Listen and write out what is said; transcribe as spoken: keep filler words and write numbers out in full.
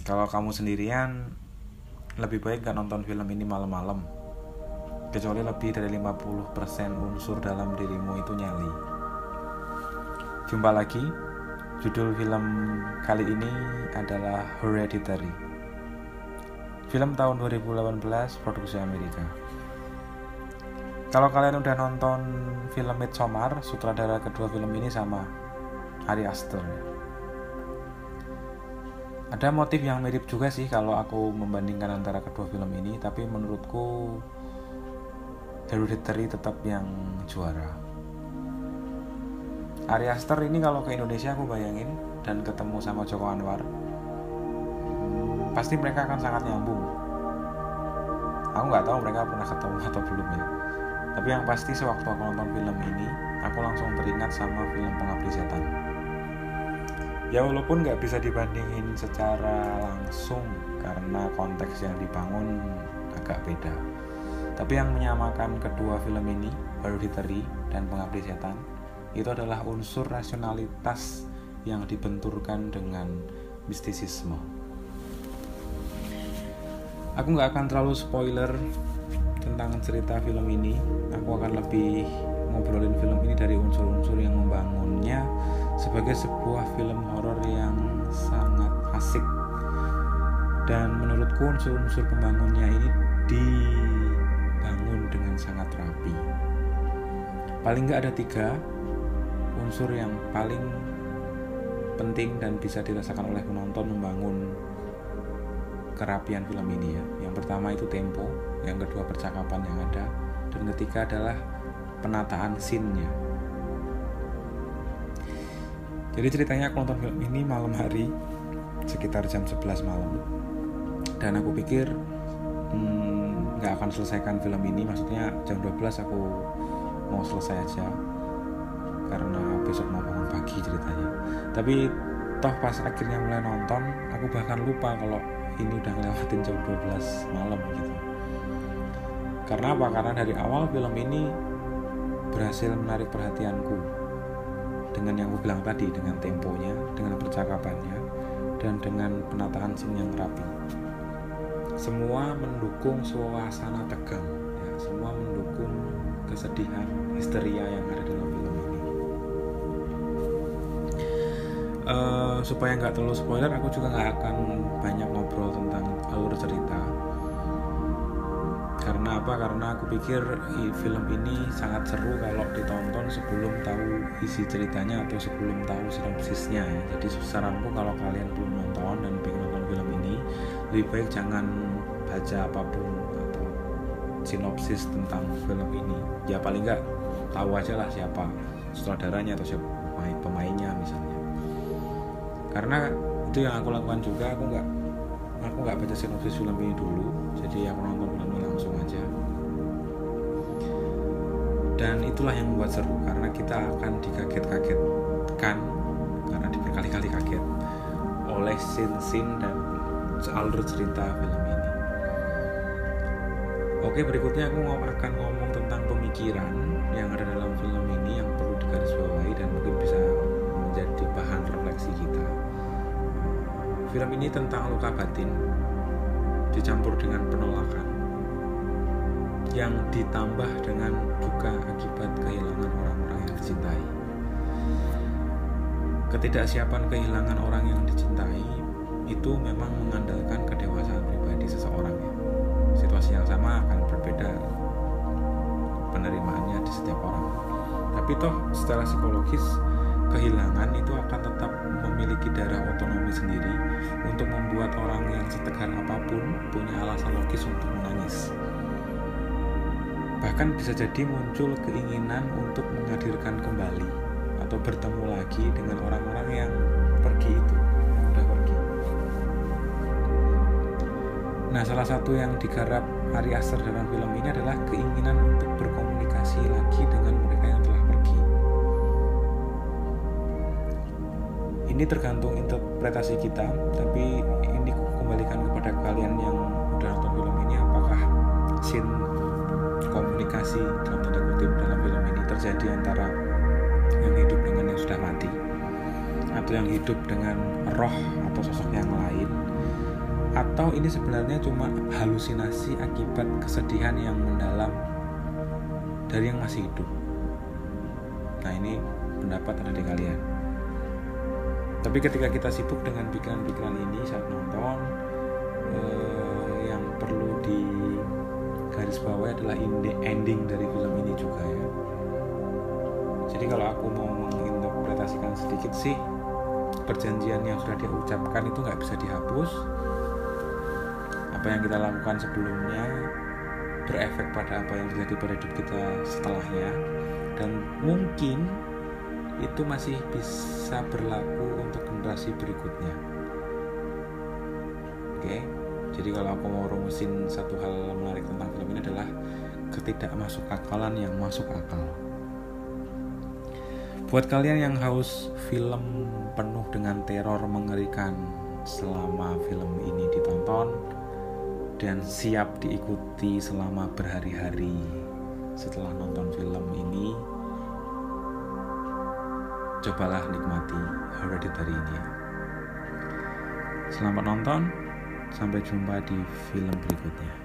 Kalau kamu sendirian, lebih baik gak nonton film ini malam-malam, kecuali lebih dari lima puluh persen unsur dalam dirimu itu nyali. Jumpa lagi. Judul film kali ini adalah Hereditary. Film tahun dua ribu delapan belas, produksi Amerika. Kalau kalian udah nonton film Midsommar, sutradara kedua film ini sama Ari Aster. Ada motif yang mirip juga sih kalau aku membandingkan antara kedua film ini, tapi menurutku Hereditary tetap yang juara. Ari Aster ini kalau ke Indonesia aku bayangin dan ketemu sama Joko Anwar, pasti mereka akan sangat nyambung. Aku nggak tahu mereka pernah ketemu atau belum ya. Tapi yang pasti sewaktu aku nonton film ini, aku langsung teringat sama film Pengabdi Setan. Ya walaupun nggak bisa dibandingin secara langsung karena konteks yang dibangun agak beda. Tapi yang menyamakan kedua film ini, Hereditary dan Pengabdi Setan, itu adalah unsur rasionalitas yang dibenturkan dengan mistisisme. Aku gak akan terlalu spoiler tentang cerita film ini. Aku akan lebih ngobrolin film ini dari unsur-unsur yang membangunnya sebagai sebuah film horor yang sangat asik. Dan menurutku unsur-unsur pembangunnya ini dibangun dengan sangat rapi. Paling gak ada tiga unsur yang paling penting dan bisa dirasakan oleh penonton membangun kerapian film ini ya. Yang pertama itu tempo, yang kedua percakapan yang ada, dan ketiga adalah penataan scene-nya. Jadi ceritanya aku nonton film ini malam hari sekitar jam sebelas malam, dan aku pikir hmm, gak akan selesaikan film ini, maksudnya jam dua belas aku mau selesai aja karena besok mau bangun pagi ceritanya. Tapi toh pas akhirnya mulai nonton, aku bahkan lupa kalau ini udah ngelewatin jam dua belas malam gitu. Karena apa? Karena dari awal film ini berhasil menarik perhatianku dengan yang aku bilang tadi, dengan temponya, dengan percakapannya, dan dengan penataan scene yang rapi. Semua mendukung suasana tegang ya, semua mendukung kesedihan, histeria yang ada dalam film ini. Uh, supaya nggak terlalu spoiler, aku juga nggak akan banyak ngobrol tentang alur cerita. Karena apa? Karena aku pikir film ini sangat seru kalau ditonton sebelum tahu isi ceritanya atau sebelum tahu sinopsisnya ya. Jadi saranku kalau kalian belum nonton dan pengen nonton film ini, lebih baik jangan baca apapun atau sinopsis tentang film ini. Ya paling nggak tahu aja lah siapa sutradaranya atau siapa pemainnya misalnya. Karena itu yang aku lakukan juga, aku nggak aku nggak baca sinopsis film ini dulu, jadi aku nonton film ini langsung aja. Dan itulah yang membuat seru, karena kita akan dikaget-kagetkan, karena diberkali-kali kaget oleh scene-scene dan alur cerita film ini. Oke, berikutnya aku akan ngomong tentang pemikiran yang ada dalam film ini yang perlu digarisbawahi dan mungkin bisa menjadi bahan refleksi kita. Film ini tentang luka batin dicampur dengan penolakan yang ditambah dengan duka akibat kehilangan orang-orang yang dicintai. Ketidaksiapan kehilangan orang yang dicintai itu memang mengandalkan kedewasaan pribadi seseorang ya. Situasi yang sama akan berbeda penerimaannya di setiap orang. Tapi toh secara psikologis kehilangan itu akan tetap memiliki darah otonomi sendiri untuk membuat orang yang setegar apapun punya alasan logis untuk menangis. Bahkan bisa jadi muncul keinginan untuk menghadirkan kembali atau bertemu lagi dengan orang-orang yang pergi itu, yang udah pergi. Nah, salah satu yang digarap Ari Aster dalam film ini adalah keinginan untuk berkomunikasi lagi dengan mereka yang telah pergi. Ini tergantung interpretasi kita, tapi ini kembalikan kepada kalian yang udah nonton film ini, apakah scene komunikasi dalam tanda kutip dalam film ini terjadi antara yang hidup dengan yang sudah mati, atau yang hidup dengan roh atau sosok yang lain, atau ini sebenarnya cuma halusinasi akibat kesedihan yang mendalam dari yang masih hidup. Nah, ini pendapat ada di kalian. Tapi ketika kita sibuk dengan pikiran-pikiran ini saat nonton, eh, yang perlu digarisbawahi adalah ending dari film ini juga ya. Jadi kalau aku mau menginterpretasikan sedikit sih, perjanjian yang sudah dia ucapkan itu nggak bisa dihapus. Apa yang kita lakukan sebelumnya berefek pada apa yang terjadi pada hidup kita setelahnya, dan mungkin itu masih bisa berlaku untuk generasi berikutnya. Oke, jadi kalau aku mau rumusin satu hal menarik tentang film ini adalah ketidakmasukakalan yang masuk akal. Buat kalian yang haus film penuh dengan teror mengerikan selama film ini ditonton dan siap diikuti selama berhari-hari setelah nonton film ini, cobalah nikmati Hereditary ini ya. Selamat nonton, sampai jumpa di film berikutnya.